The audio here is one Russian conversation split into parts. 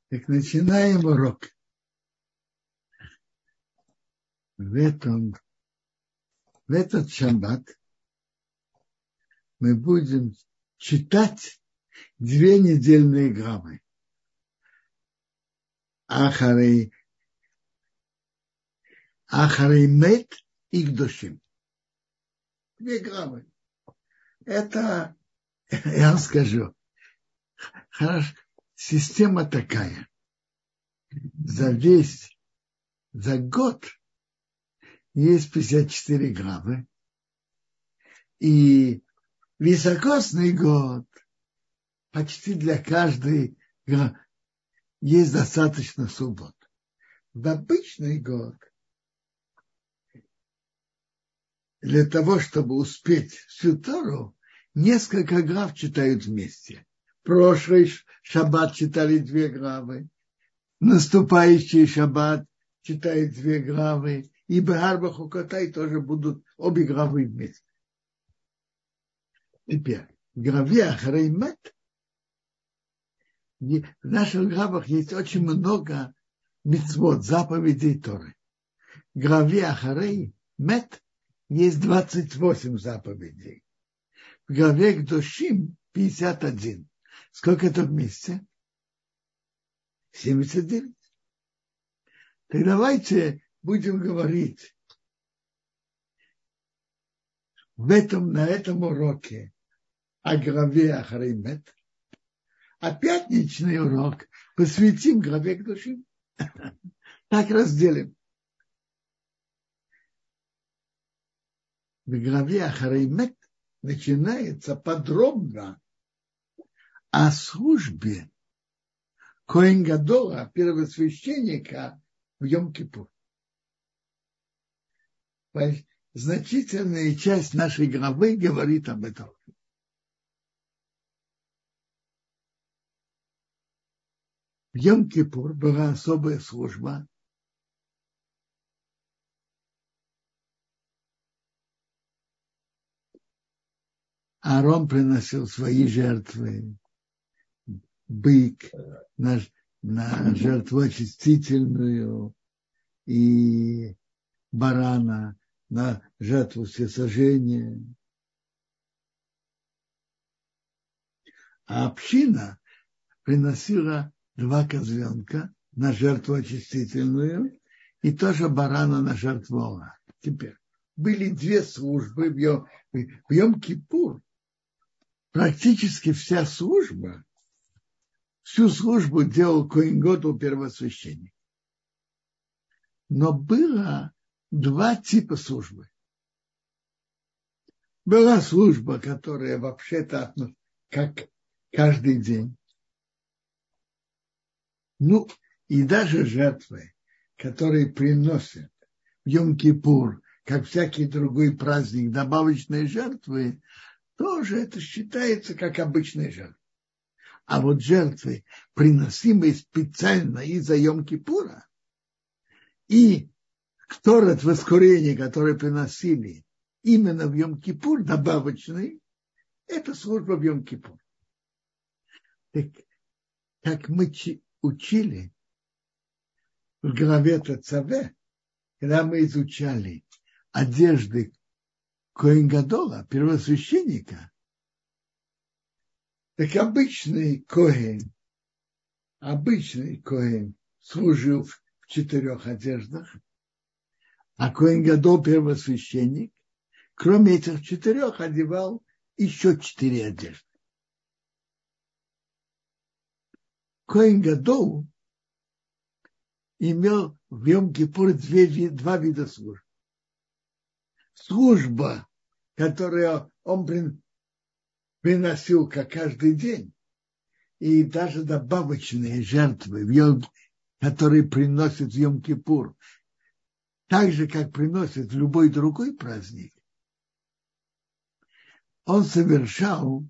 Так начинаем урок. В этот шаббат мы будем читать 2 недельные главы. Ахарей Мет и Кдошим. 2 главы. Это, я вам скажу, хорошо, система такая. За год есть 54 главы. И високосный год почти для каждой есть достаточно суббот. В обычный год для того, чтобы успеть всю Тору, несколько глав читают вместе. Прошлый шаббат читали 2 главы, наступающий шаббат читают 2 главы, и Бе'арба Хукотай тоже будут обе главы вместе. Теперь, в главе Ахарей Мет в наших главах есть очень много мицвот, заповедей Торы. В главе Ахарей Мет есть 28 заповедей. В главе Кдошим 51. Сколько это вместе? 79. Так давайте будем говорить на этом уроке о главе Ахарей Мет, а пятничный урок посвятим главе Кдошим. Так разделим. В главе Ахарей Мет начинается подробно о службе Коэн Гадола, первосвященника, в Йом-Кипур. Значительная часть нашей главы говорит об этом. В Йом-Кипур была особая служба. Аарон приносил свои жертвы, бык на жертву очистительную и барана на жертву всесожжения. А община приносила 2 козленка на жертву очистительную и тоже барана на жертву Ола. Теперь были 2 службы в Йом-Кипур. Практически всю службу делал Коэн Гадол первосвященник. Но было 2 типа службы. Была служба, которая вообще-то как каждый день. Ну, и даже жертвы, которые приносят в Йом-Кипур, как всякий другой праздник, добавочные жертвы, тоже это считается как обычные жертвы. А вот жертвы, приносимые специально из-за Йом-Кипура, и кторет воскурение, которое приносили именно в Йом-Кипур, добавочный, это служба в Йом-Кипур. Так, как мы учили в главе Тацаве, когда мы изучали одежды Коэн Гадола, первосвященника, так обычный Коэн служил в 4 одеждах, а Коэн Гадол, первосвященник, кроме этих 4 одевал еще 4 одежды. Коэн Гадол имел в Йом-Кипур 2 вида служб. Служба, которую он приносил как каждый день, и даже добавочные жертвы, которые приносят в Йом-Кипур, так же, как приносят в любой другой праздник, он совершал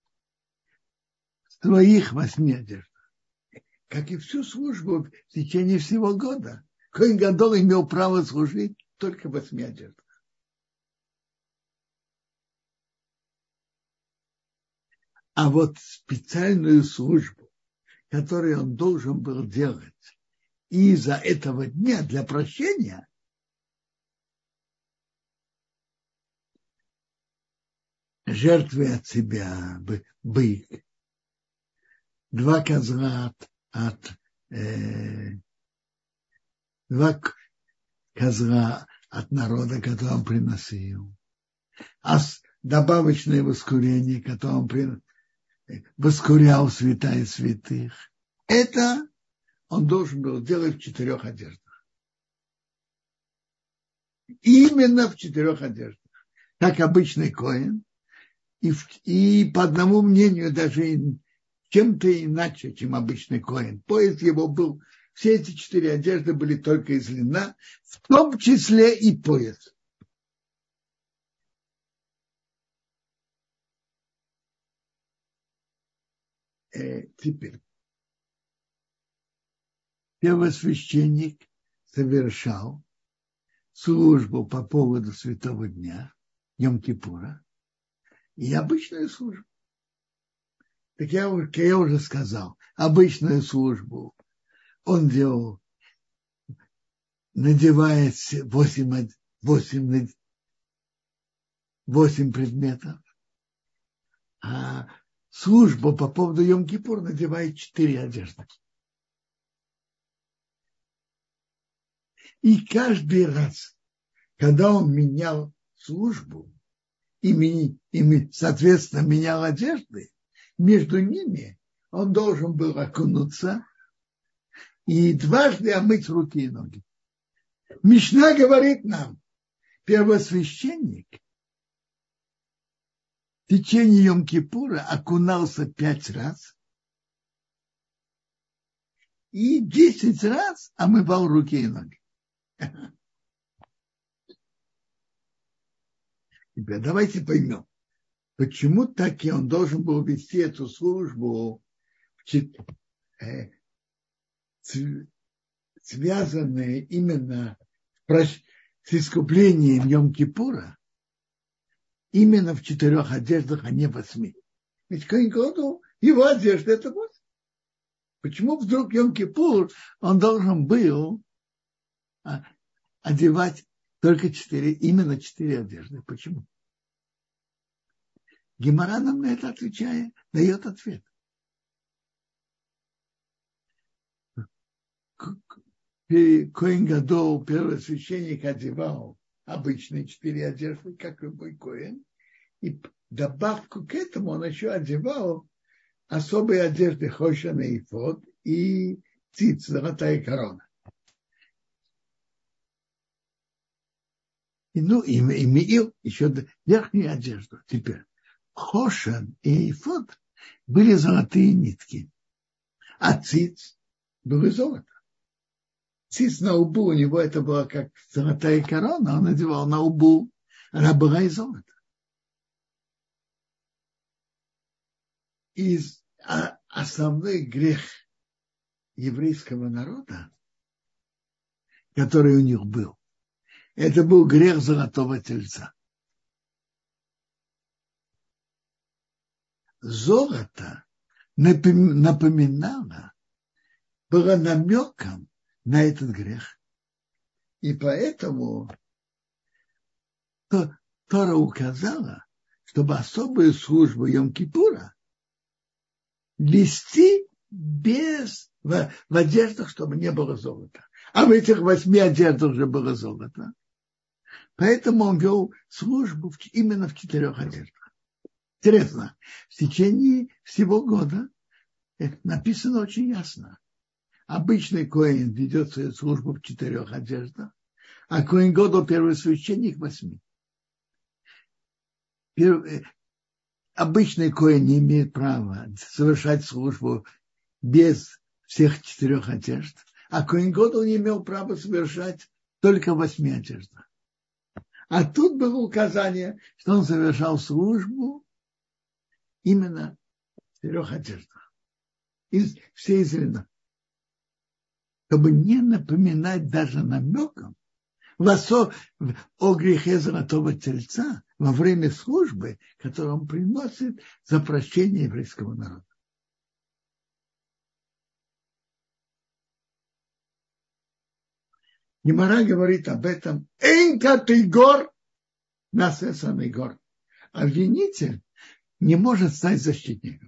в своих 8 одеждах. Как и всю службу в течение всего года. Коэн Гадол имел право служить только в 8 одеждах. А вот специальную службу, которые он должен был делать из-за этого дня для прощения, жертвы от себя, бык, 2 козла два козла от народа, который он приносил, а добавочное воскурение, которое он воскурял святая святых, это он должен был делать в 4 одеждах. Именно в 4 одеждах. Как обычный коэн. И по одному мнению даже чем-то иначе, чем обычный коэн. Пояс его был, все эти 4 одежды были только из льна, в том числе и пояс. Теперь. Первосвященник совершал службу по поводу Святого Дня, Йом-Кипура, и обычную службу. Так я уже сказал, обычную службу он делал, надевает 8 предметов, а службу по поводу Йом-Кипур надевает 4 одежды. И каждый раз, когда он менял службу и соответственно, менял одежды, между ними он должен был окунуться и дважды омыть руки и ноги. Мишна говорит нам, первосвященник в течение Йом-Кипура окунался 5 раз и 10 раз омывал руки и ноги. Теперь давайте поймем, почему таки он должен был вести эту службу, связанные именно с искуплением Йом-Кипура, именно в 4 одеждах, а не 8. Ведь Коэн Гадоль, его одежда это 8. Почему вдруг Йом-Кипур он должен был одевать только 4, именно 4 одежды? Почему? Гемара нам на это отвечая, дает ответ. Коэн Гадоль, первосвященник, одевал обычные 4 одежды, как любой коэн, и добавку к этому он еще одевал особые одежды хошен и эфод и циц, золотая корона. И имел еще верхнюю одежду. Теперь хошен и эфод были золотые нитки, а циц было золото. Циц на лбу у него это была как золотая корона, он надевал на лбу, она была из золота. И основной грех еврейского народа, который у них был, это был грех золотого тельца. Золото напоминало, было намеком на этот грех. И поэтому Тора указала, чтобы особую службу Йом-Кипура вести в одеждах, чтобы не было золота. А в этих 8 одеждах уже было золото. Поэтому он вел службу именно в 4 одеждах. Интересно, в течение всего года написано очень ясно. Обычный коэн ведет свою службу в 4 одеждах, а Коэн Гадоль, первосвященник, 8. Обычный коэн не имеет права совершать службу без всех 4 одежд, а Коэн Гадоль не имел права совершать только в 8 одеждах. А тут было указание, что он совершал службу именно в 4 одеждах. Все из льна. Чтобы не напоминать даже намеком о грехе золотого тельца во время службы, которую он приносит за прощение еврейского народа. Гемара говорит об этом. Энка ты гор, насесанный гор. Обвинитель не может стать защитником.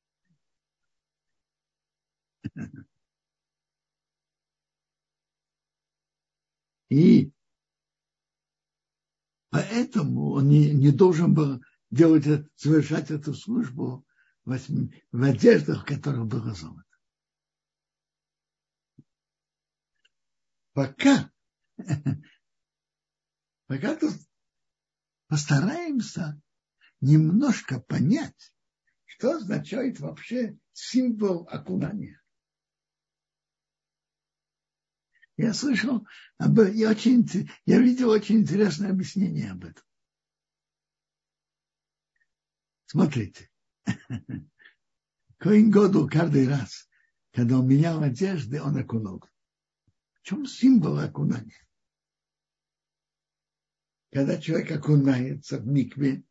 И поэтому он не должен был совершать эту службу в одеждах, в которых было золото. Пока тут постараемся немножко понять, что означает вообще символ окунания. Я слышал, я видел очень интересное объяснение об этом. Смотрите, Коэн Гадоль каждый раз, когда он менял одежды, он окунул. В чем символ окунания? Когда человек окунается в микве,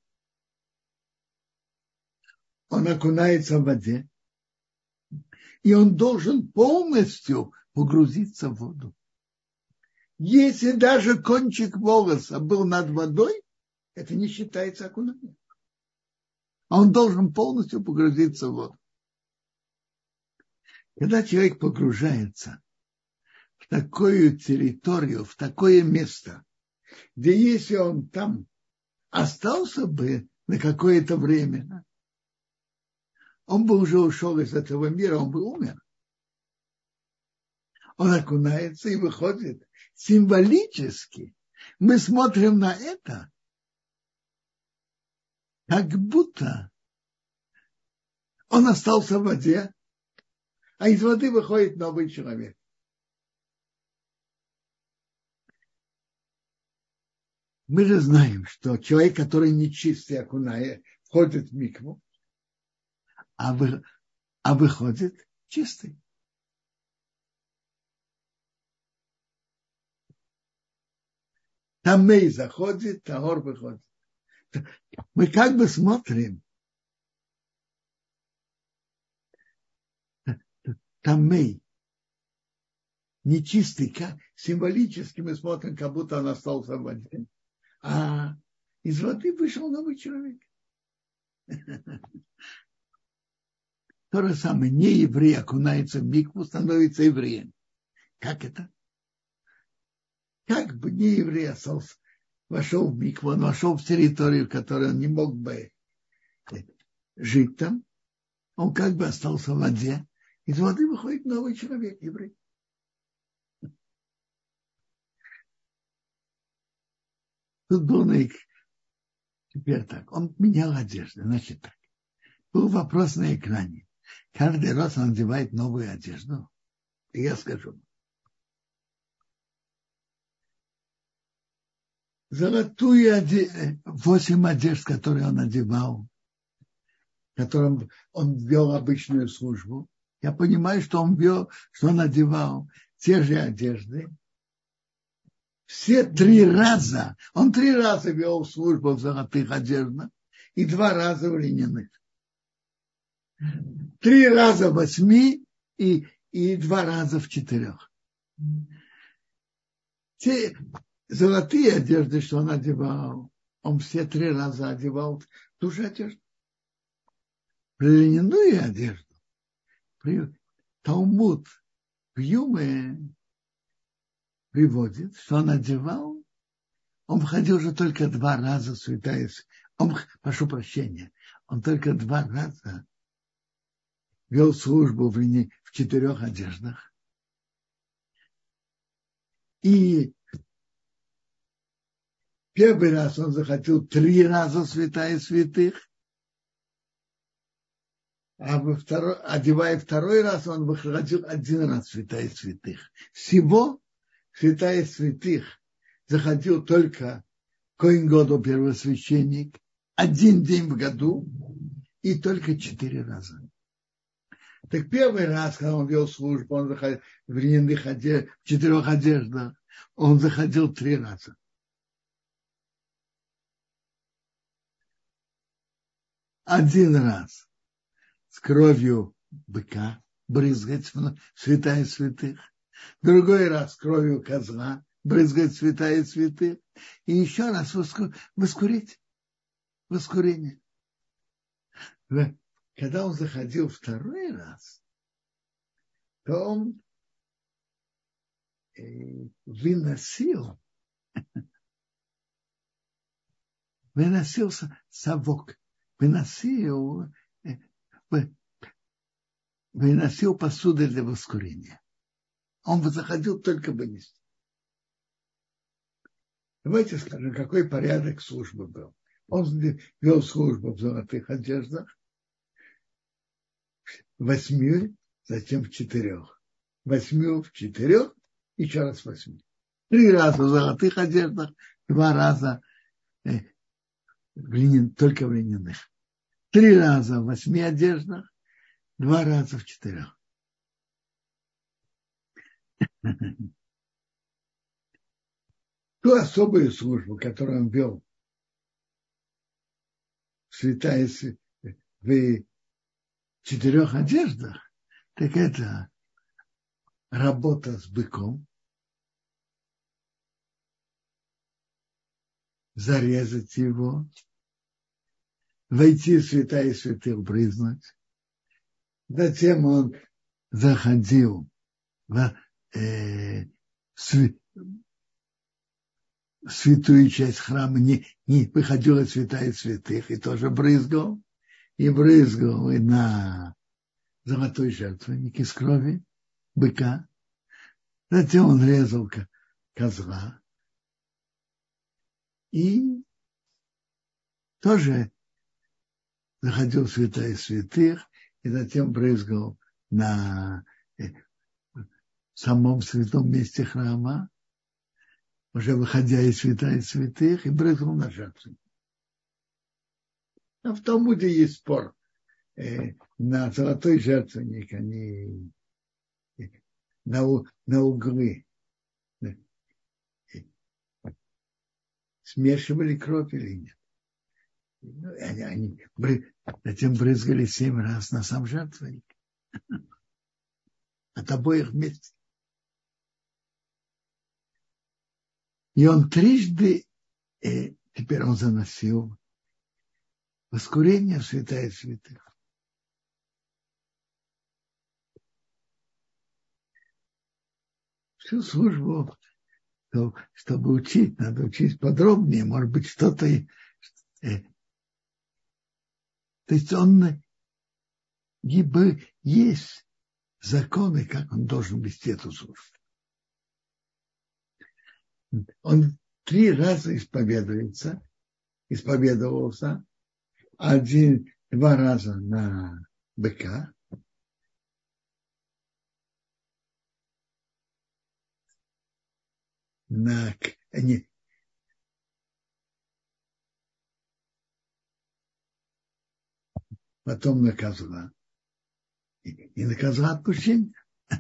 он окунается в воде, и он должен полностью погрузиться в воду. Если даже кончик волоса был над водой, это не считается окунанием. Он должен полностью погрузиться в воду. Когда человек погружается в такую территорию, в такое место, где если он там остался бы на какое-то время, он бы уже ушел из этого мира, он бы умер. Он окунается и выходит. Символически мы смотрим на это, как будто он остался в воде, а из воды выходит новый человек. Мы же знаем, что человек, который нечистый, входит в микву, а выходит чистый. Тамей заходит, тагор выходит. Мы как бы смотрим. Тамей. Нечистый. Символически мы смотрим, как будто он остался в воде. А из воды вышел новый человек. То же самое. Не еврей окунается в микву, становится евреем. Как это? Как бы не еврей вошел в микву, он вошел в территорию, в которой он не мог бы жить там, он как бы остался в воде, из воды выходит новый человек, еврей. Тут был теперь так, он менял одежду, значит так. Был вопрос на экране. Каждый раз он надевает новую одежду. И я скажу, золотую 8 одежд, которые он надевал, которым он вел обычную службу. Я понимаю, что он надевал те же одежды. Все 3 раза, он 3 раза вел службу в золотых одеждах и 2 раза в льняных. 3 раза в 8 и 2 раза в 4. Те золотые одежды, что он одевал, он все 3 раза одевал ту же одежду. Про льняную одежду, Талмуд в Юме приводит, что он одевал, он входил уже только 2 раза в святая, прошу прощения, он только 2 раза вел службу в 4 одеждах. И первый раз он заходил 3 раза в святая святых, а одевая 2 раз, он выходил 1 раз в святая святых. Всего в святая святых заходил только Коэн Гадоль, первосвященник, 1 день в году и только 4 раза. Так первый раз, когда он вел службу, он заходил в льняных одеждах, в 4 одеждах, он заходил 3 раза. Один раз с кровью быка брызгать в святая святых. Другой раз с кровью козла брызгать святая святых, и еще раз воскурить, воскурение. Когда он заходил второй раз, то он выносил совок, выносил посуду для воскурения. Он заходил только вынести. Давайте скажем, какой порядок службы был. Он вел службу в золотых одеждах, 8, затем в 4. 8 в 4, еще раз 8. 3 раза в золотых одеждах, 2 раза только в льняных. 3 раза в 8 одеждах, 2 раза в 4. Ту особую службу, которую он вел в 4 одеждах, так это работа с быком, зарезать его, войти в святая святых, брызнуть. Затем он заходил в святую часть храма, не выходил от святая святых, и тоже брызгал. И брызгал и на золотой жертвенник из крови быка. Затем он резал козла. И тоже заходил в святая святых, и затем брызгал на самом святом месте храма, уже выходя из святая святых, и брызгал на жертвенник. А в Талмуде есть спор. На золотой жертвенник они на углы смешивали кровь или нет. Они затем брызгали 7 раз на сам жертвенник. От обоих вместе. И он трижды, теперь он заносил воскурение в святая святых. Всю службу, чтобы учить, надо учить подробнее, может быть, что-то. То есть он есть законы, как он должен вести эту службу. Он 3 раза исповедовался, 2 раза на быка, потом на козла. И на козла отпущение.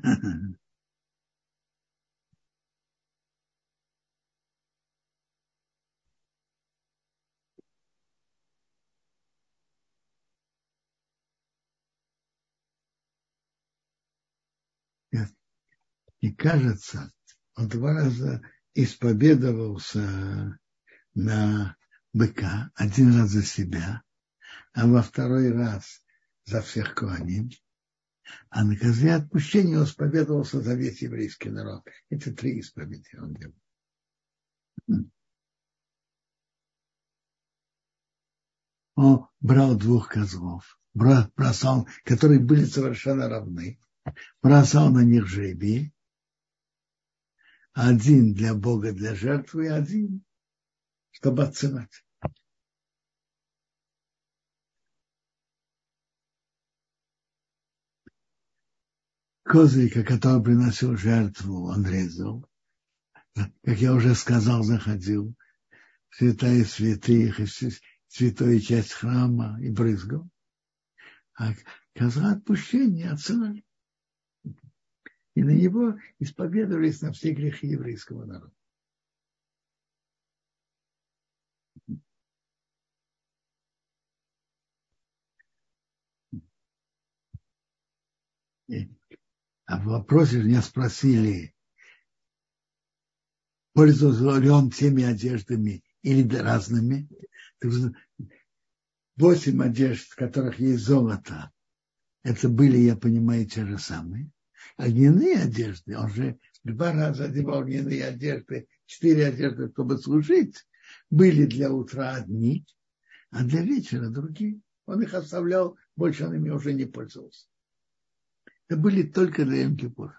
И кажется, он 2 раза исповедовался на быка, 1 раз за себя, а во 2 раз за всех коаним. А на козле отпущения он исповедовался за весь еврейский народ. Это 3 исповеди он делал. Он брал 2 козлов, бросал, которые были совершенно равны, бросал на них жребий, 1 для Бога, для жертвы, и 1, чтобы оценить. Козлика, который приносил жертву, он резал. Как я уже сказал, заходил в святая святых, и святую часть храма и брызгал. А козла отпущения оценили. И на него исповедовались на все грехи еврейского народа. А в вопросе меня спросили, пользовался ли он теми одеждами или разными. 8 одежд, в которых есть золото, это были, я понимаю, те же самые. А льняные одежды, он же 2 раза одевал льняные одежды, 4 одежды, чтобы служить, были для утра одни, а для вечера другие. Он их оставлял, больше он ими уже не пользовался. Это были только для Йом-Кипура.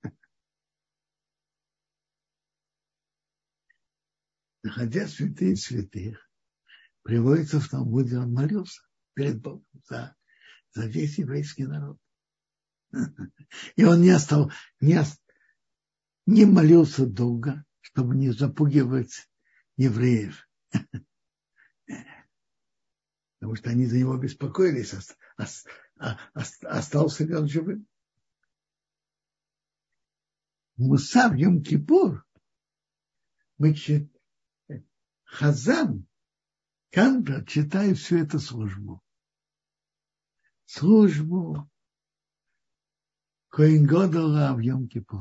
Находя святые святых, приводится в Талмуде, он молился перед Богом за весь еврейский народ. И он не молился долго, чтобы не запугивать евреев. Потому что они за него беспокоились, остался ли он живым. Мусав Йом-Кипур, Хазан, Кандра читает всю эту службу. Службу Коэн Гадола в Йом-Кипур.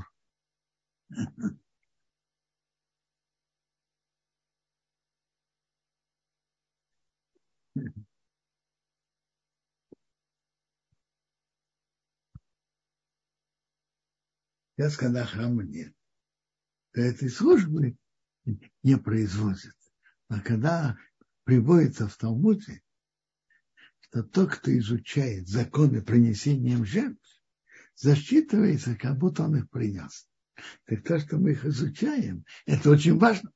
Сейчас, когда храма нет, то этой службы не производят. А когда приводится в Талмуде, что тот, кто изучает законы принесения жертв, засчитывается, как будто он их принес. Так то, что мы их изучаем, это очень важно.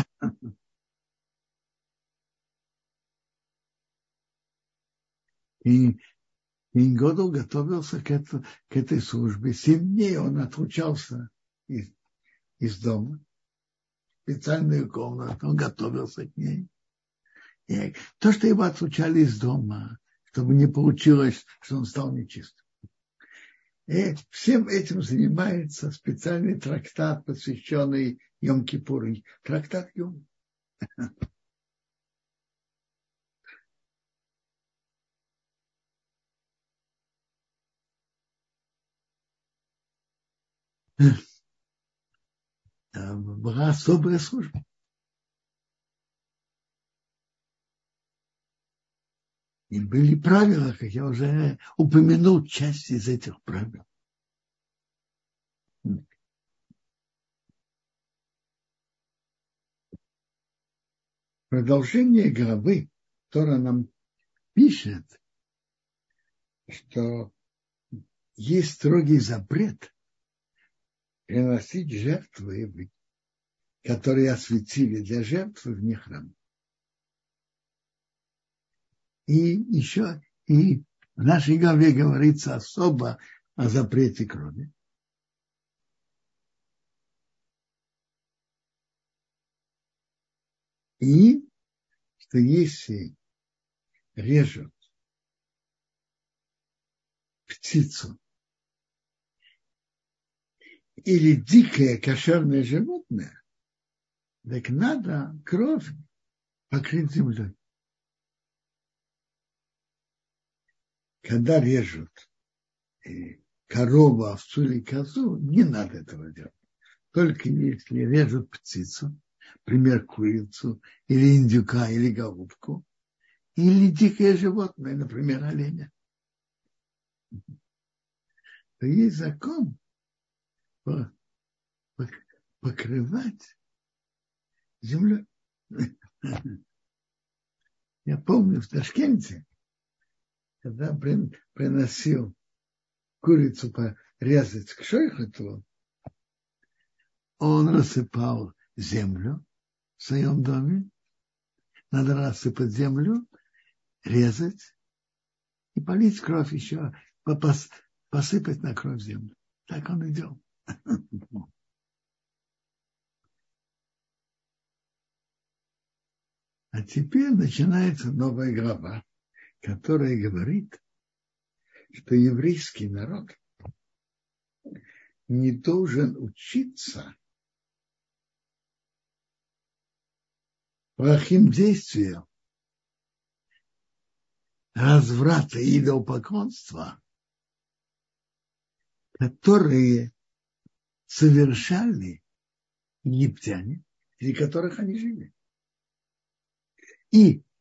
И Ингодл готовился к этой службе. 7 дней он отлучался из дома, специальную комнату, он готовился к ней. И то, что его отлучали из дома, чтобы не получилось, что он стал нечистым. И всем этим занимается специальный трактат, посвященный Йом-Кипуру. Трактат Йом. Была особая служба. И были правила, как я уже упомянул, часть из этих правил. Продолжение главы, которая нам пишет, что есть строгий запрет приносить жертвы, которые осветили для жертвы вне храма. И еще и в нашей главе говорится особо о запрете крови. И что если режут птицу или дикое кошерное животное, так надо кровь покрыть землей. Когда режут корову, овцу или козу, не надо этого делать. Только если режут птицу, например, курицу, или индюка, или голубку, или дикое животное, например, оленя, то есть закон покрывать землей. Я помню в Ташкенте, когда приносил курицу порезать к шойхету, он рассыпал землю в своем доме. Надо рассыпать землю, резать и полить кровь еще, посыпать на кровь землю. Так он и делал. А теперь начинается новая глава, которая говорит, что еврейский народ не должен учиться плохим действиям разврата и идолопоклонства, которые совершали египтяне среди которых они жили. И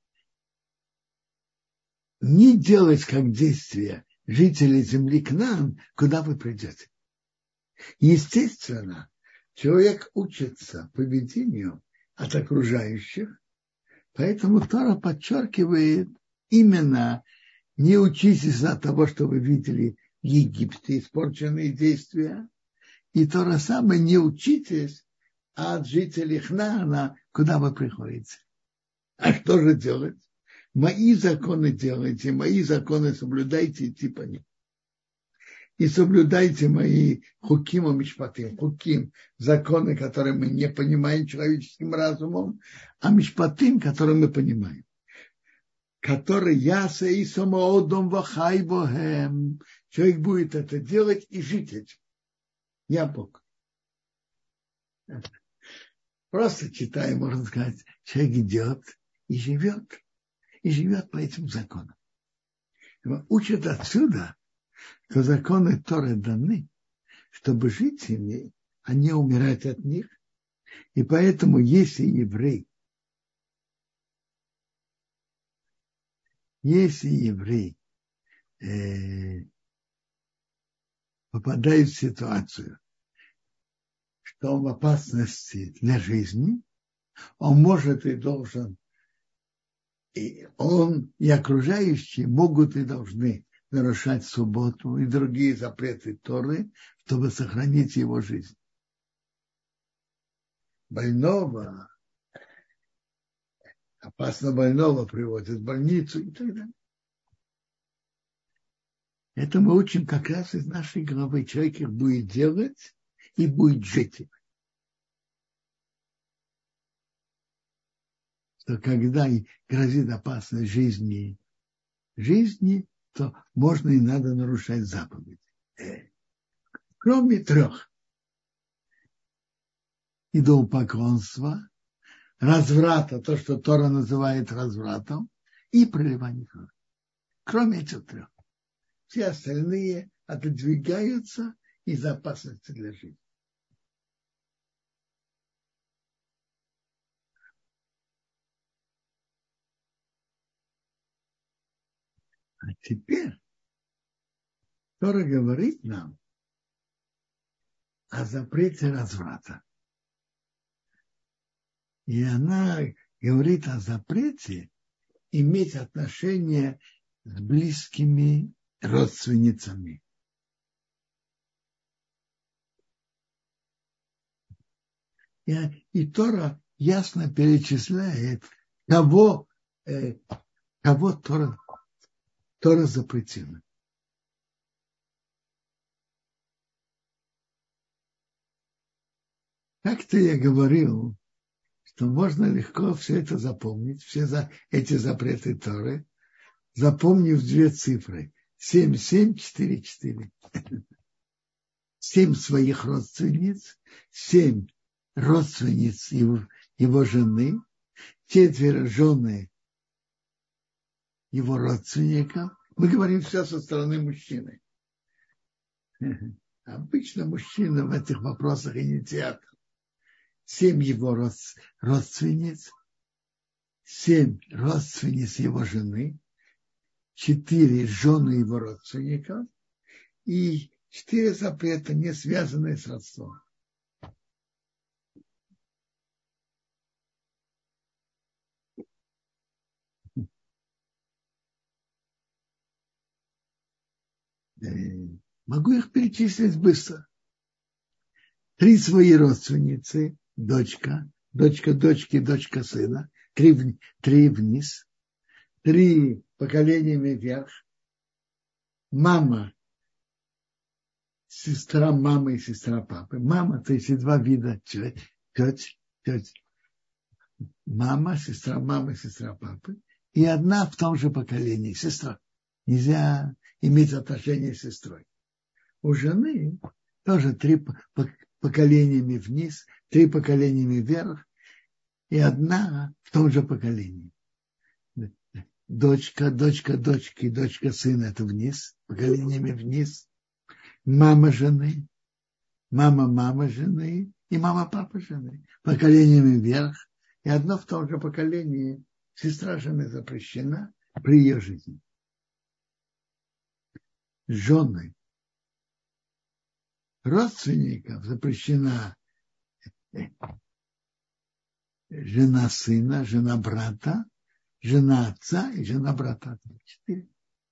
не делать как действие жителей земли Кнаан, куда вы придете. Естественно, человек учится поведению от окружающих, поэтому Тора подчеркивает именно не учитесь от того, что вы видели в Египте, испорченные действия, и то же самое не учитесь от жителей Кнаана, куда вы приходите. А что же делать? Мои законы делайте, мои законы соблюдайте, идти по ним. И соблюдайте мои хуким и мишпатим. Хуким – законы, которые мы не понимаем человеческим разумом, а мишпатим, которые мы понимаем. Который яса и самоодом вахай богем. Человек будет это делать и жить этим. Я Бог. Просто читая, можно сказать, человек идет и живет по этим законам. Учат отсюда, что законы Торы даны, чтобы жить ими, а не умирать от них. И поэтому, если еврей попадает в ситуацию, что он в опасности для жизни, он может и должен, и он и окружающие могут и должны нарушать субботу и другие запреты Торы, чтобы сохранить его жизнь. Больного, опасно больного приводят в больницу и так далее. Это мы учим как раз из нашей главы. Человек их будет делать и будет жить. Что когда грозит опасность жизни, то можно и надо нарушать заповеди. Кроме 3. Идолопоклонства, разврата, то, что Тора называет развратом, и проливание крови. Кроме этих 3. Все остальные отодвигаются из-за опасности для жизни. А теперь Тора говорит нам о запрете разврата. И она говорит о запрете иметь отношения с близкими родственницами. И Тора ясно перечисляет, кого Тора запретила. Как-то я говорил, что можно легко все это запомнить, все эти запреты Торы, запомнив 2 цифры. 7, 7, 4, 4. 7 своих родственниц, 7 родственниц его жены, 4 жены его родственников. Мы говорим все со стороны мужчины. Обычно мужчина в этих вопросах инициатор. 7 его родственниц, 7 родственниц его жены, 4 жены его родственников и 4 запрета, не связанные с родством. Могу их перечислить быстро. 3 свои родственницы, дочка дочки, дочка сына, 3 вниз, 3 поколениями вверх, мама, сестра мамы и сестра папы. Мама, то есть 2 вида теть. Мама, сестра мамы, сестра папы. И 1 в том же поколении, сестра. Нельзя иметь отношения с сестрой. У жены тоже 3 поколениями вниз, 3 поколениями вверх, и 1 в том же поколении. Дочка дочки, дочка сына – это вниз, поколениями вниз. Мама жены и мама, папа жены. Поколениями вверх. И одно в том же поколении сестра жены запрещена при ее жизни. Жены родственников запрещена жена сына, жена брата, жена отца и жена брата. 4.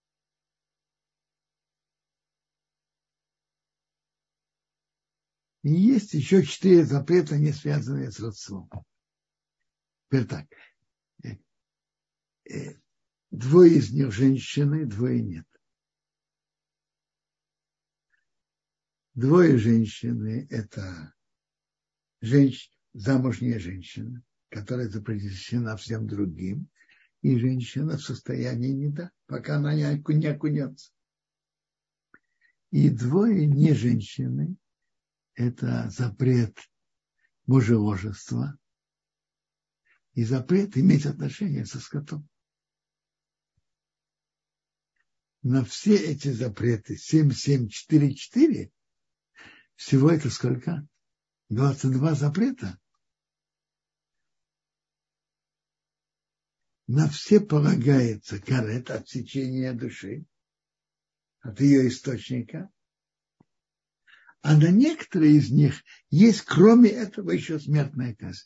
И есть еще 4 запрета, не связанные с родством. Теперь так. 2 из них женщины, 2 нет. 2 женщины – это замужняя женщина, которая запрещена всем другим, и женщина в состоянии неда, пока она не окунется. И 2 не женщины – это запрет мужеложества и запрет иметь отношения со скотом. На все эти запреты 7, 7, 4, 4 всего это сколько? 22 запрета. На все полагается карет, отсечение души от ее источника. А на некоторые из них есть, кроме этого, еще смертная казнь.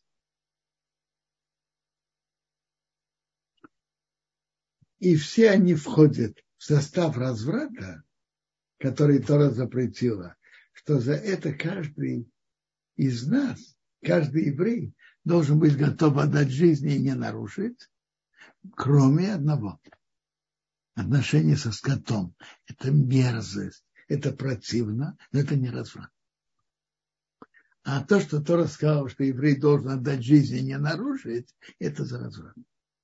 И все они входят в состав разврата, который Тора запретила, что за это каждый из нас, каждый еврей должен быть готов отдать жизни и не нарушить, кроме одного. Отношения со скотом. Это мерзость, это противно, но это не разврат. А то, что Тора сказал, что еврей должен отдать жизнь и не нарушить, это за разврат.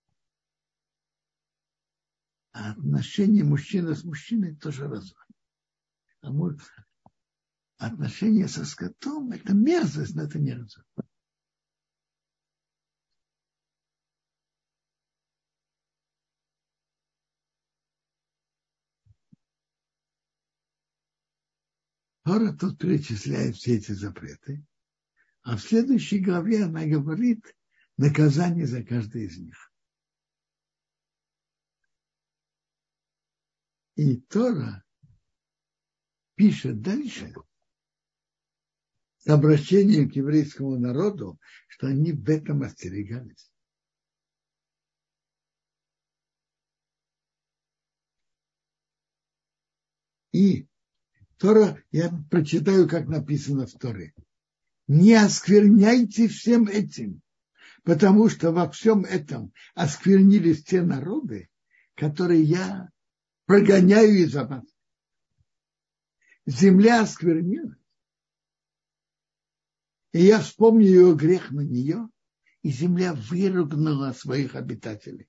А отношения мужчины с мужчиной тоже разврат. Отношения со скотом – это мерзость, но это не разврат. Тора тут перечисляет все эти запреты, а в следующей главе она говорит наказание за каждый из них. И Тора пишет дальше с обращением к еврейскому народу, что они в этом остерегались. И Тора, я прочитаю, как написано в Торе. Не оскверняйте всем этим, потому что во всем этом осквернились те народы, которые я прогоняю из-за вас. Земля осквернилась, и я вспомню ее грех на нее, и земля выругнула своих обитателей.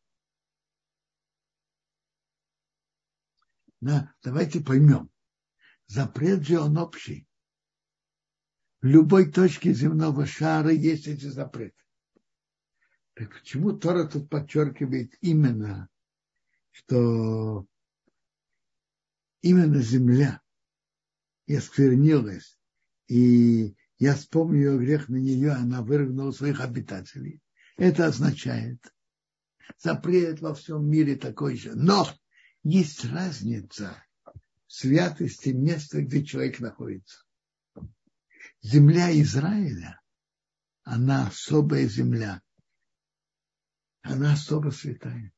Но давайте поймем, запрет же он общий. В любой точке земного шара есть эти запреты. Так почему Тора тут подчеркивает именно, что именно земля и осквернилась, и я вспомню ее грех на нее, она выругнула своих обитателей. Это означает, запрет во всем мире такой же. Но есть разница в святости места, где человек находится. Земля Израиля, она особая земля. Она особо святая.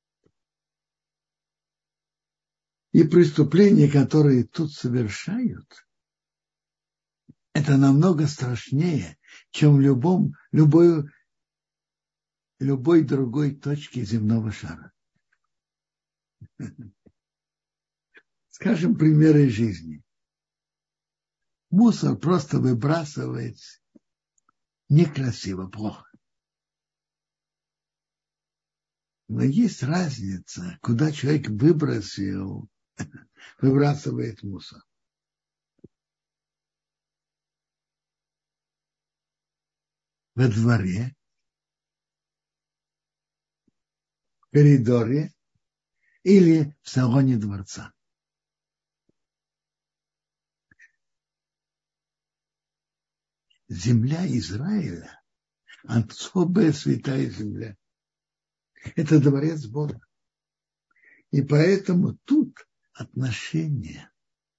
И преступления, которые тут совершают, это намного страшнее, чем в любой другой точке земного шара. Скажем, примеры жизни. Мусор просто выбрасывать некрасиво, плохо. Но есть разница, куда человек выбрасывает мусор. Во дворе, в коридоре или в салоне дворца. земля Израиля, особая святая земля. Это дворец Бога. И поэтому тут отношение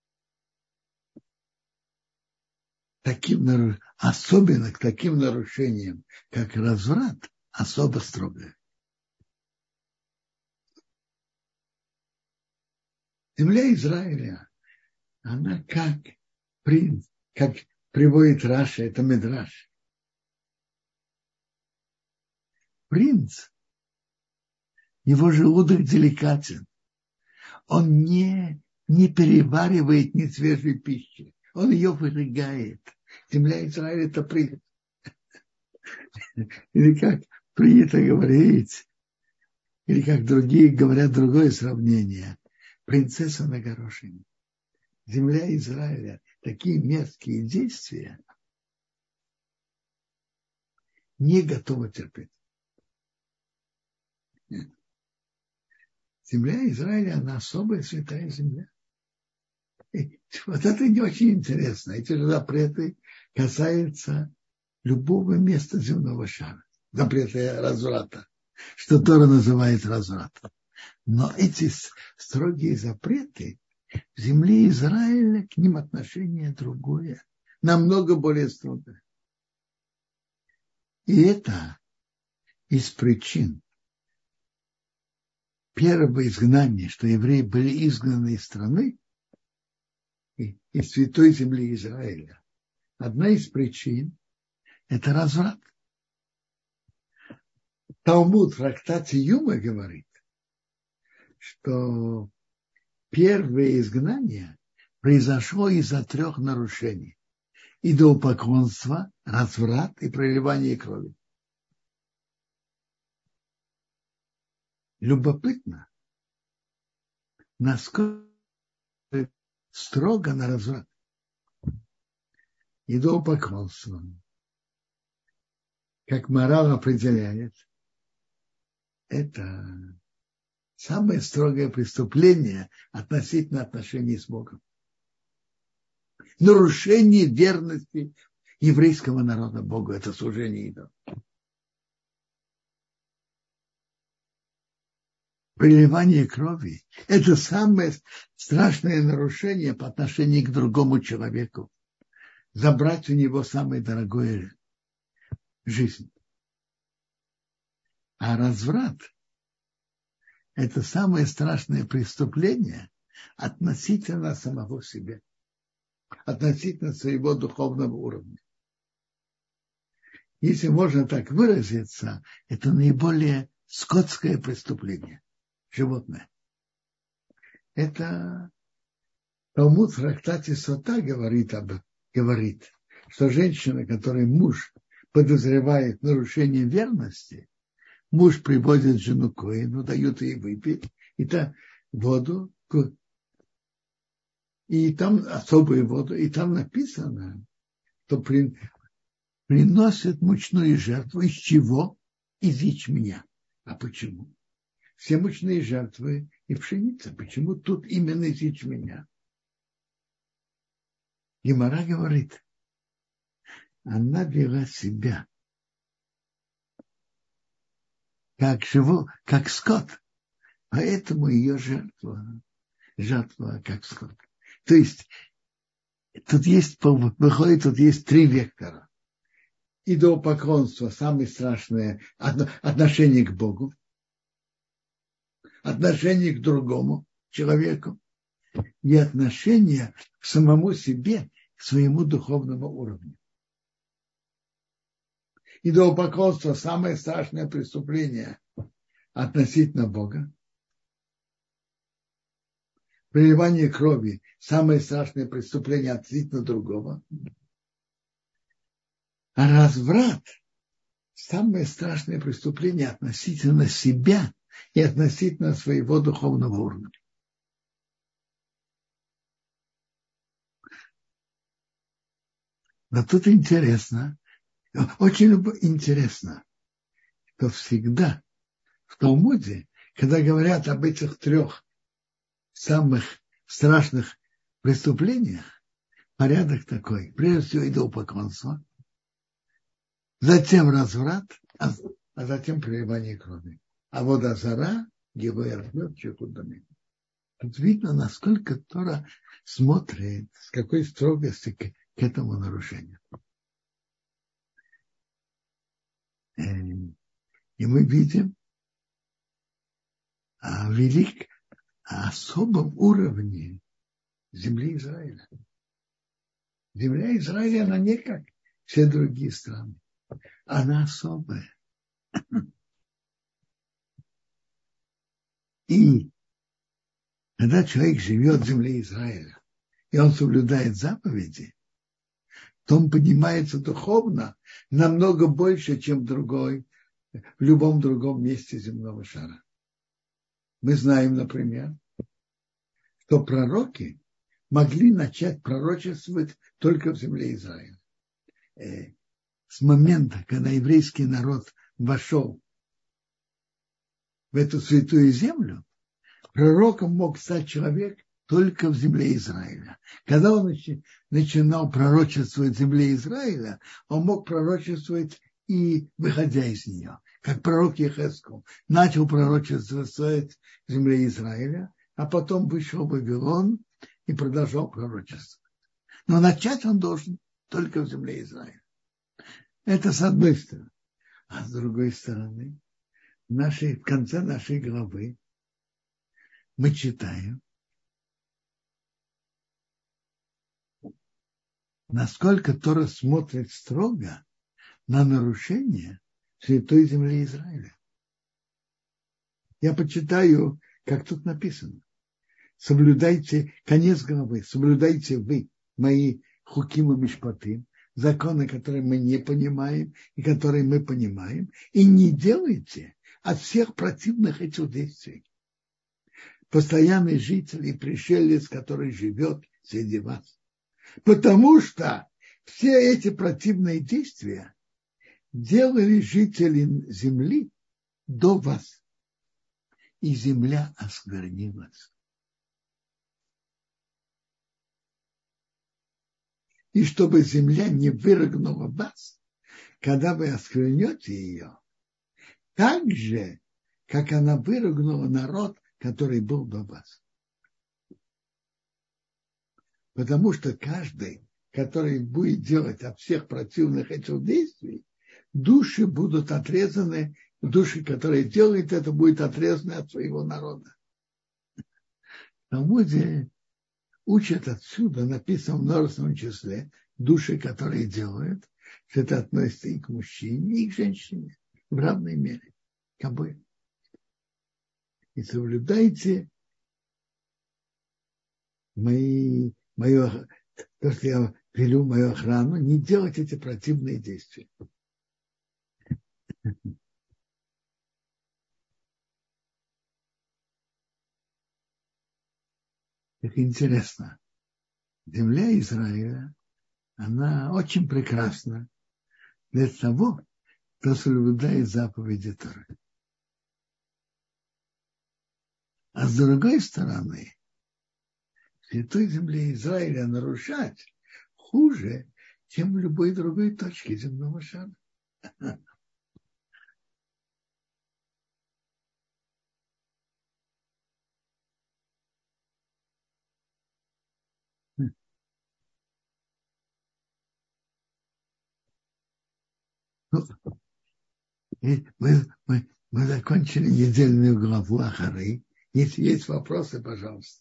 особенно к таким нарушениям, как разврат, особо строгое. Земля Израиля, она как приводит Раши, это Мидраш. Принц, его желудок деликатен. Он не переваривает ни свежей пищи. Он ее вырыгает. Земля Израиля – это принц. Или как принято говорить, или как другие говорят другое сравнение. Принцесса на горошине. Земля Израиля – такие мерзкие действия не готова терпеть. Земля Израиля, она особая святая земля. И вот это не очень интересно. Эти же запреты касаются любого места земного шара. Запреты разврата, что Тора называет развратом. Но эти строгие запреты в земле Израиля, к ним отношение другое, намного более строгое. И это из причин первого изгнания, что евреи были изгнаны из страны, из святой земли Израиля. Одна из причин – это разврат. Талмуд в трактате Юма говорит, что первое изгнание произошло из-за 3 нарушений: идолопоклонство, разврат и проливание крови. Любопытно, насколько строго на разврат. Идолопоклонство, как мораль определяет, это самое строгое преступление относительно отношений с Богом. Нарушение верности еврейского народа Богу – это служение идолам. Проливание крови – это самое страшное нарушение по отношению к другому человеку. Забрать у него самое дорогое – жизнь. А разврат – это самое страшное преступление относительно самого себя, относительно своего духовного уровня. Если можно так выразиться, это наиболее скотское преступление. Животное. Это Талмуд в трактате Сота говорит, что женщина, которой муж подозревает нарушение верности, муж приводит жену к коэну, дают ей выпить, и воду, и там особую воду, и там написано, что приносит мучную жертву. Из чего? Из ячменя. А почему? Все мучные жертвы и пшеница. Почему тут именно из ячменя? Гемара говорит, она вела себя как скот, поэтому ее жертва как скот. То есть выходит, тут есть 3 вектора. Идолопоклонство, самое страшное, отношение к Богу, отношение к другому человеку и отношение к самому себе, к своему духовному уровню. Идолопоклонство – самое страшное преступление относительно Бога. Проливание крови – самое страшное преступление относительно другого. А разврат – самое страшное преступление относительно себя и относительно своего духовного уровня. Но тут интересно, очень интересно, что всегда в Талмуде, когда говорят об этих 3 самых страшных преступлениях, порядок такой. Прежде всего, идолопоклонство. затем разврат, а затем проливание крови. А вот Азара, Гилой Арбет, Чекудами. Тут видно, насколько Тора смотрит, с какой строгостью к этому нарушению. И мы видим о особом уровне земли Израиля. Земля Израиля, она не как все другие страны. Она особая. И когда человек живет в земле Израиля, и он соблюдает заповеди, то он поднимается духовно намного больше, чем в любом другом месте земного шара. Мы знаем, например, что пророки могли начать пророчествовать только в земле Израиля. С момента, когда еврейский народ вошел в эту святую землю, пророком мог стать человек только в земле Израиля. Когда он начинал пророчествовать в земле Израиля, он мог пророчествовать и выходя из нее. Как пророк Ехескел начал пророчествовать в земле Израиля, а потом вышел в Вавилон и продолжал пророчествовать. Но начать он должен только в земле Израиля. Это с одной стороны. А с другой стороны, в конце нашей главы мы читаем, насколько Тора смотрит строго на нарушение святой земли Израиля. Я почитаю, как тут написано. Соблюдайте, конец главы, соблюдайте вы мои хуким и мишпатим, законы, которые мы не понимаем и которые мы понимаем, и не делайте от всех противных этих действий. Постоянный житель и пришелец, который живет среди вас. Потому что все эти противные действия делали жители земли до вас. И земля осквернилась. И чтобы земля не вырыгнула вас, когда вы осквернете ее, так же, как она вырыгнула народ, который был до вас. Потому что каждый, который будет делать от всех противных этих действий, души будут отрезаны, души, которые делают это, будут отрезаны от своего народа. В Талмуде учат отсюда, написано в множественном числе, души, которые делают, что это относится и к мужчине, и к женщине в равной мере, к обоим. И соблюдайте то, что я велю мою охрану, не делать эти противные действия. Как интересно, земля Израиля, она очень прекрасна для того, кто соблюдает заповеди Торы. А с другой стороны, в святой земле Израиля нарушать хуже, чем в любой другой точке земного шара. Мы закончили недельную главу Ахары. Если есть вопросы, пожалуйста.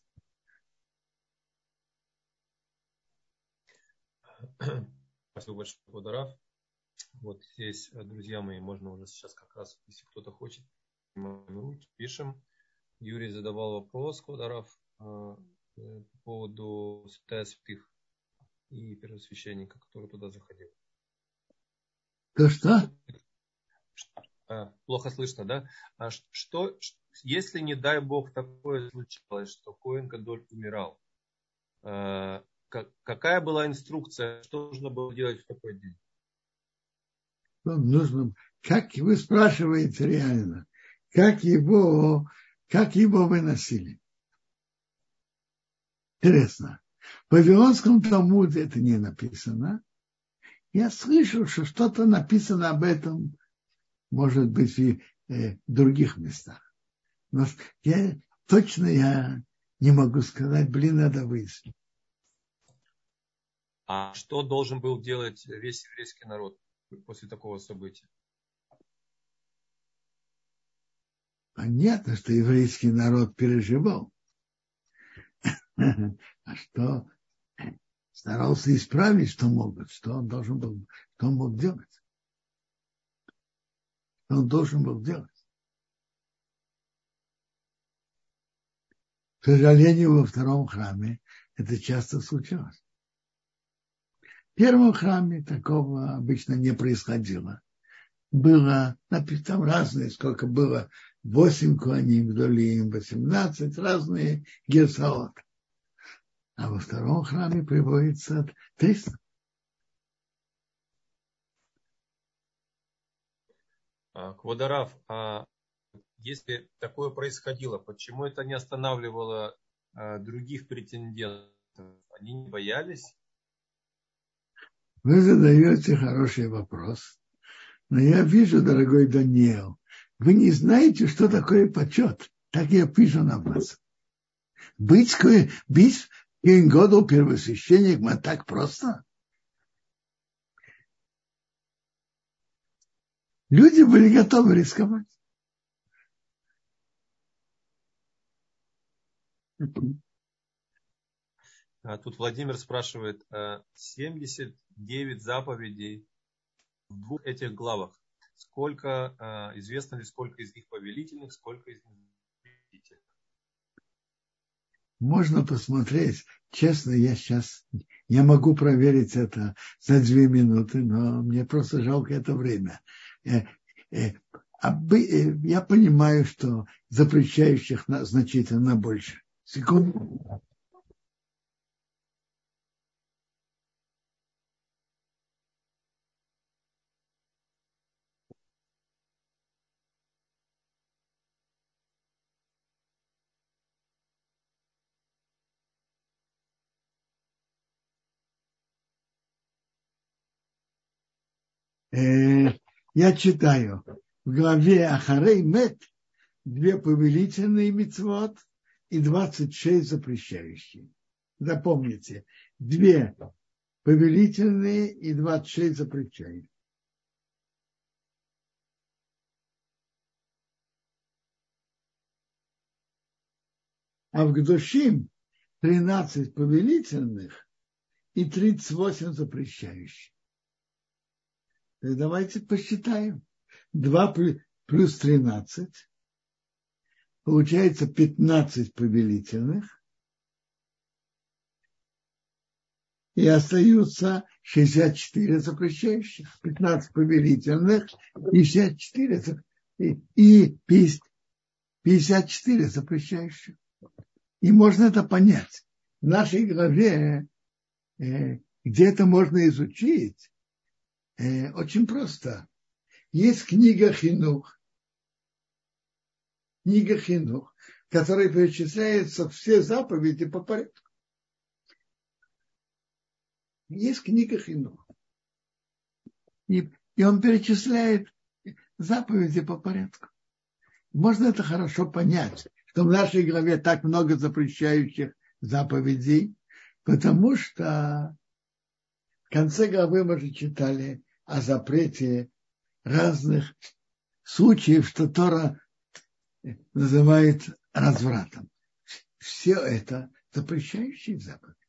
Спасибо большое, Раф. Вот здесь, друзья мои, можно уже сейчас как раз, если кто-то хочет, руки пишем. Юрий задавал вопрос, Раф, по поводу святая святых и первосвященника, который туда заходил. Что? Плохо слышно, да? Что, если, не дай Бог, такое случалось, что Коэн Гадоль умирал, какая была инструкция, что нужно было делать в такой день? Как вы спрашиваете реально, как его выносили? Интересно. В Вавилонском Талмуде это не написано. Я слышал, что что-то написано об этом, может быть, и в других местах. Но я не могу сказать, надо выяснить. А что должен был делать весь еврейский народ после такого события? Понятно, что еврейский народ переживал. А что старался исправить, что мог, что он должен был, что он мог делать. Что он должен был делать. К сожалению, во втором храме это часто случалось. В первом храме такого обычно не происходило. Было, там разные, сколько было, 8 коаним, гдолим, 18, разные герсаот. А во втором храме приводится 300. Кводарав, а если такое происходило, почему это не останавливало других претендентов? Они не боялись? Вы задаете хороший вопрос. Но я вижу, дорогой Даниил, вы не знаете, что такое почет. Так я пишу на вас. Быть году первосвященником так просто. Люди были готовы рисковать. Тут Владимир спрашивает, 79 заповедей в двух этих главах. Известно ли, сколько из них повелительных, сколько из них запретительных? Можно посмотреть. Честно, я могу проверить это за 2 минуты, но мне просто жалко это время. Я понимаю, что запрещающих значительно больше. Секунду. Я читаю. В главе Ахарей Мет 2 повелительные мицвот и 26 запрещающие. Запомните, 2 повелительные и 26 запрещающие. А в Гдошим 13 повелительных и 38 запрещающих. Давайте посчитаем. 2 плюс 13. Получается 15 повелительных. И остаются 64 запрещающих. 15 повелительных и 64 и 54 запрещающих. И можно это понять. В нашей главе, где это можно изучить, очень просто. Есть книга Хинух, в которой перечисляются все заповеди по порядку. Есть книга Хинух. И он перечисляет заповеди по порядку. Можно это хорошо понять, что в нашей главе так много запрещающих заповедей, потому что в конце главы мы же читали о запрете разных случаев, что Тора называет развратом. Все это запрещающие заповеди.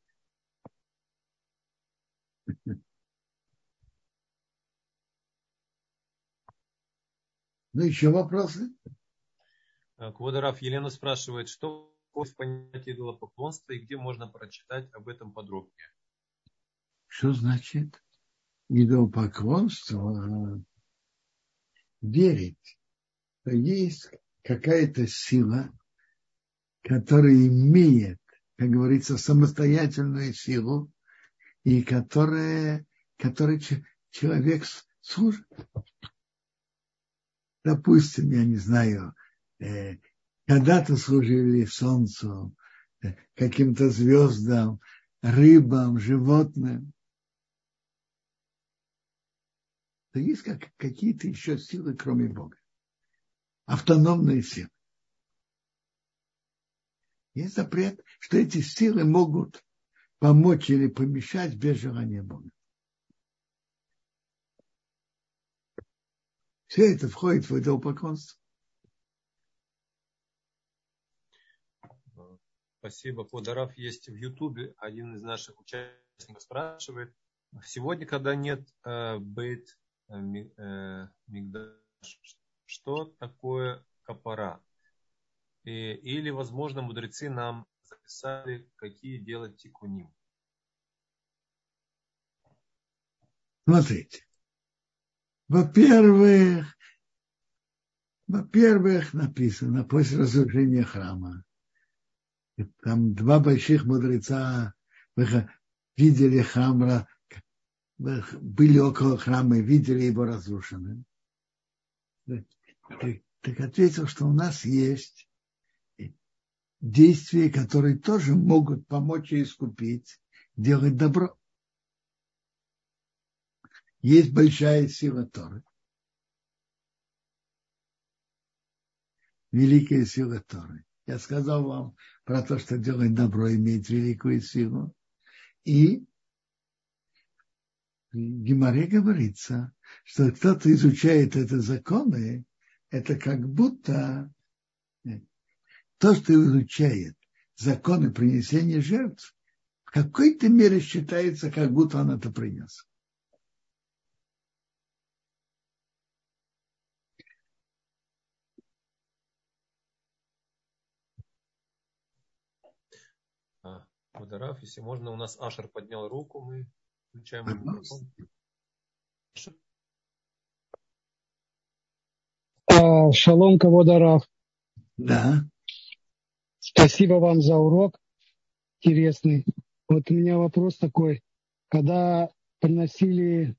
Ну, еще вопросы? Кводарав, Елена спрашивает, что в понятии идолопоклонства и где можно прочитать об этом подробнее? Что значит идолопоклонство? Верить, что есть какая-то сила, которая имеет, как говорится, самостоятельную силу, и которой человек служит. Допустим, я не знаю, когда-то служили солнцу, каким-то звездам, рыбам, животным. то есть какие-то еще силы, кроме Бога. Автономные силы. Есть запрет, что эти силы могут помочь или помешать без желания Бога. Все это входит в идолопоклонство. Спасибо, Квадараф. Есть в Ютубе один из наших участников спрашивает. Сегодня, когда нет бейт мигдаш, что такое капара? Или, возможно, мудрецы нам записали, какие делать тикуним? Смотрите. Во-первых, написано, после разрушения храма, там два больших мудреца видели храм, были около храма и видели его разрушенным. Так ответил, что у нас есть действия, которые тоже могут помочь и искупить, делать добро. Есть большая сила Торы. Великая сила Торы. Я сказал вам про то, что делать добро имеет великую силу. И в Гемаре говорится, что кто-то изучает эти законы, это как будто то, что изучает законы принесения жертв, в какой-то мере считается, как будто он это принес. Квадараф, если можно, у нас Ашер поднял руку, мы включаем микрофон. Шалом, Каводараф. Да. Спасибо вам за урок интересный. Вот у меня вопрос такой. Когда приносили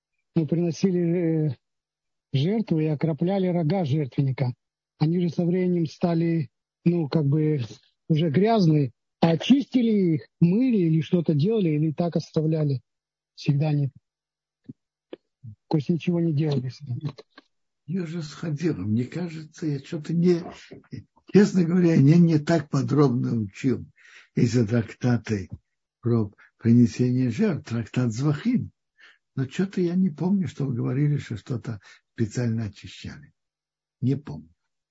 жертву и окропляли рога жертвенника, они же со временем стали, уже грязные. А очистили их, мыли или что-то делали, или так оставляли? Всегда нет. То есть ничего не делали. Я уже сходил. Мне кажется, я что-то честно говоря, я не так подробно учил из-за трактаты про принесение жертв, трактат Звахим. Но что-то я не помню, что вы говорили, что что-то специально очищали. Не помню.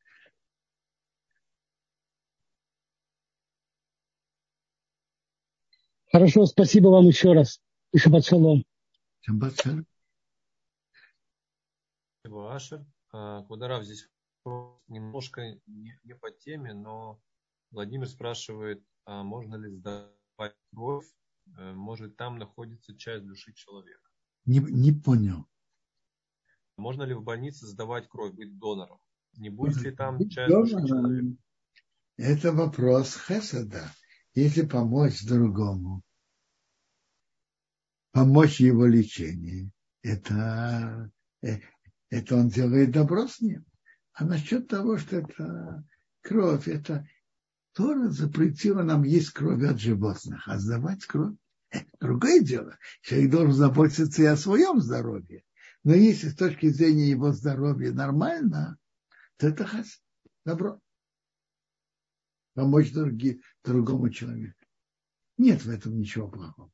Хорошо, спасибо вам еще раз. И шаббат шалом. Шаббат шалом. Спасибо, Ашер. Квадараф, здесь немножко не по теме, но Владимир спрашивает, а можно ли сдавать кровь? Может, там находится часть души человека? Не понял. Можно ли в больнице сдавать кровь, быть донором? Не будет ли там часть Донором, души человека? это вопрос хесада. Если помочь другому, помочь его лечению, это он делает добро с ним. А насчет того, что это кровь, это Тора запретила нам есть кровь от животных, а сдавать кровь – другое дело. Человек должен заботиться и о своем здоровье. Но если с точки зрения его здоровья нормально, то это добро. Помочь другому человеку. Нет в этом ничего плохого.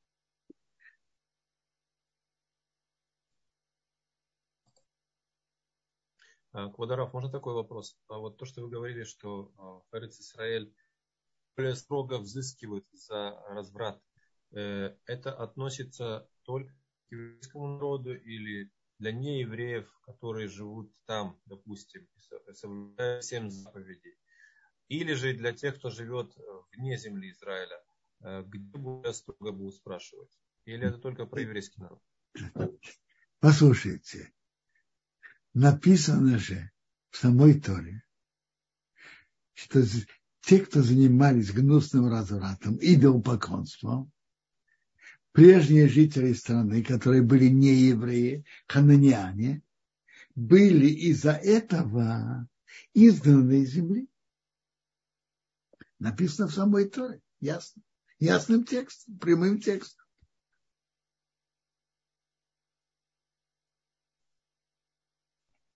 Квадараф, можно такой вопрос? Вот то, что вы говорили, что в Эрец Исраэль более строго взыскивают за разврат, это относится только к еврейскому народу или для неевреев, которые живут там, допустим, соблюдая 7 заповедей? Или же для тех, кто живет вне земли Израиля, где более строго будут спрашивать? Или это только про еврейский народ? Послушайте, написано же в самой Торе, что те, кто занимались гнусным развратом, идолопоклонством, прежние жители страны, которые были не евреи, хананиане, были из-за этого изгнаны из земли. Написано в самой Торе, ясно. Ясным текстом, прямым текстом.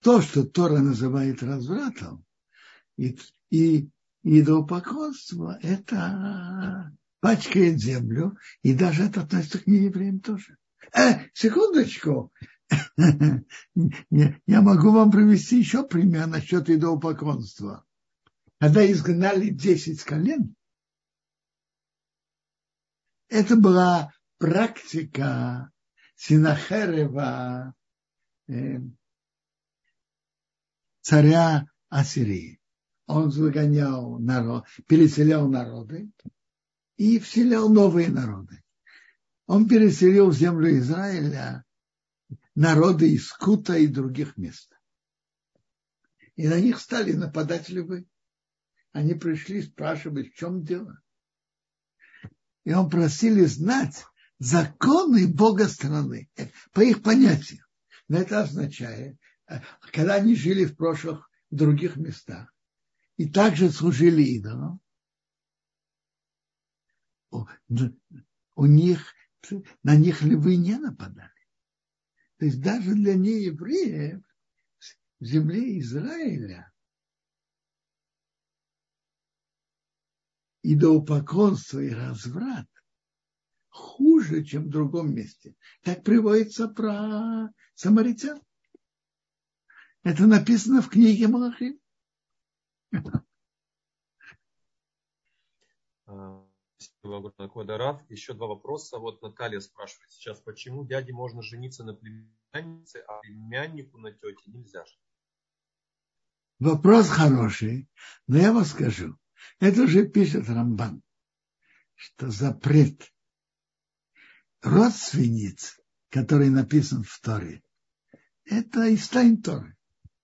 то, что Тора называет развратом, и идолопоклонство, это пачкает землю, и даже это относится к неевреям тоже. Секундочку. Я могу вам привести еще пример насчет идолопоклонства. Когда изгнали 10 колен, это была практика Синахерева, царя Ассирии. Он выгонял народ, переселял народы и вселял новые народы. Он переселил в землю Израиля народы из Кута и других мест. И на них стали нападать львы. Они пришли спрашивать, в чем дело. И он просили знать законы Бога страны, по их понятиям. Но это означает, когда они жили в прошлых других местах и также служили идолам, на них львы не нападали. То есть даже для неевреев в земле Израиля идолопоклонство и разврат хуже, чем в другом месте. Так приводится про самаритян. Это написано в книге Малахим. Квадарав. Еще 2 вопроса. Вот Наталья спрашивает сейчас, почему дяде можно жениться на племяннице, а племяннику на тете нельзя? Вопрос хороший, но я вам скажу. Это уже пишет Рамбан, что запрет родственниц, который написан в Торе, это из тайн Торы.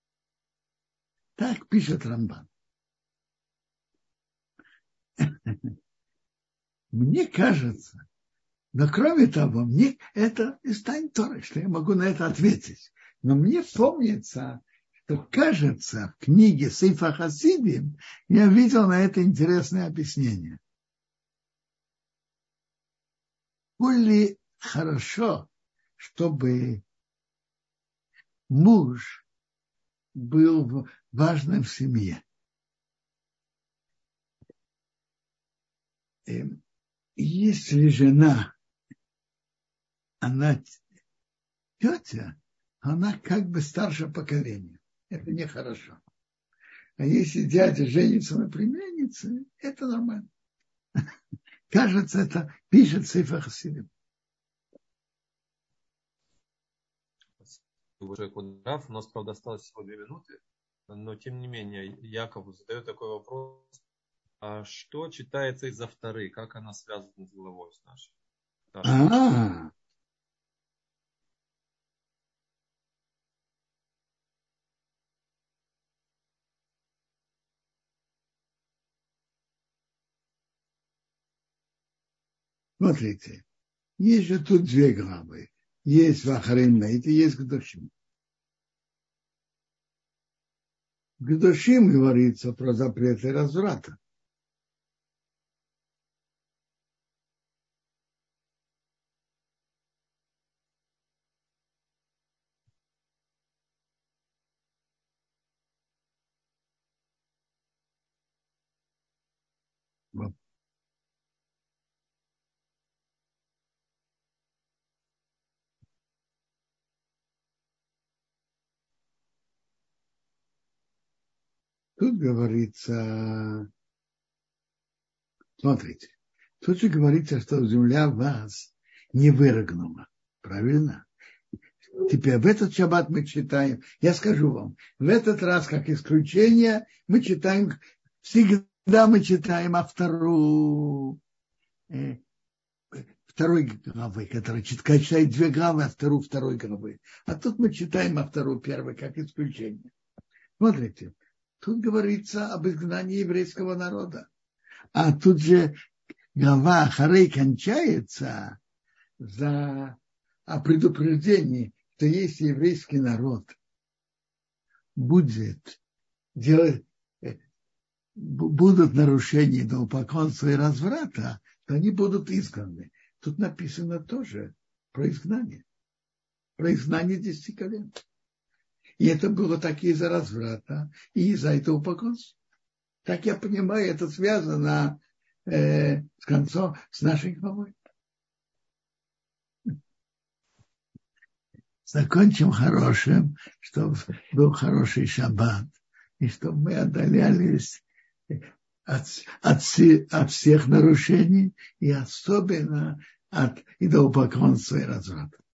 Так пишет Рамбан. Мне кажется, но кроме того, мне это из тайн Торы, что я могу на это ответить. Но мне помнится, что, кажется, в книге Сейфа Хасидим я видел на это интересное объяснение. Более хорошо, чтобы муж был важным в семье. Если жена, она тетя, она как бы старше поколения. Это нехорошо. А если дядя женится на племяннице, это нормально. Кажется, это пишет Сейфа Хасидим. У нас, правда, осталось всего 2 минуты, но тем не менее Яков задает такой вопрос. А что читается из-за вторы? Как она связана с главой с нашей? Смотрите, есть же тут 2 главы. Есть Вахарим Мейт и есть Гдошим. В Гдошим говорится про запреты разврата. Тут говорится, смотрите, тут же говорится, что земля вас не вырыгнула. Правильно? Теперь в этот шаббат мы читаем, я скажу вам, в этот раз, как исключение, мы читаем, всегда мы читаем второй главы, которая читает 2 главы, а второй главы. А тут мы читаем вторую первой, как исключение. Смотрите, тут говорится об изгнании еврейского народа. А тут же глава Ахарей кончается о предупреждении, что если еврейский народ будет делать, будут нарушения идолопоклонства и разврата, то они будут изгнаны. Тут написано тоже про изгнание 10 колен. И это было так и из-за разврата, и из-за этого поконства. Так я понимаю, это связано с концом, с нашей главой. Закончим хорошим, чтобы был хороший шаббат, и чтобы мы отдалялись от всех нарушений, и особенно от идолопоклонства и разврата.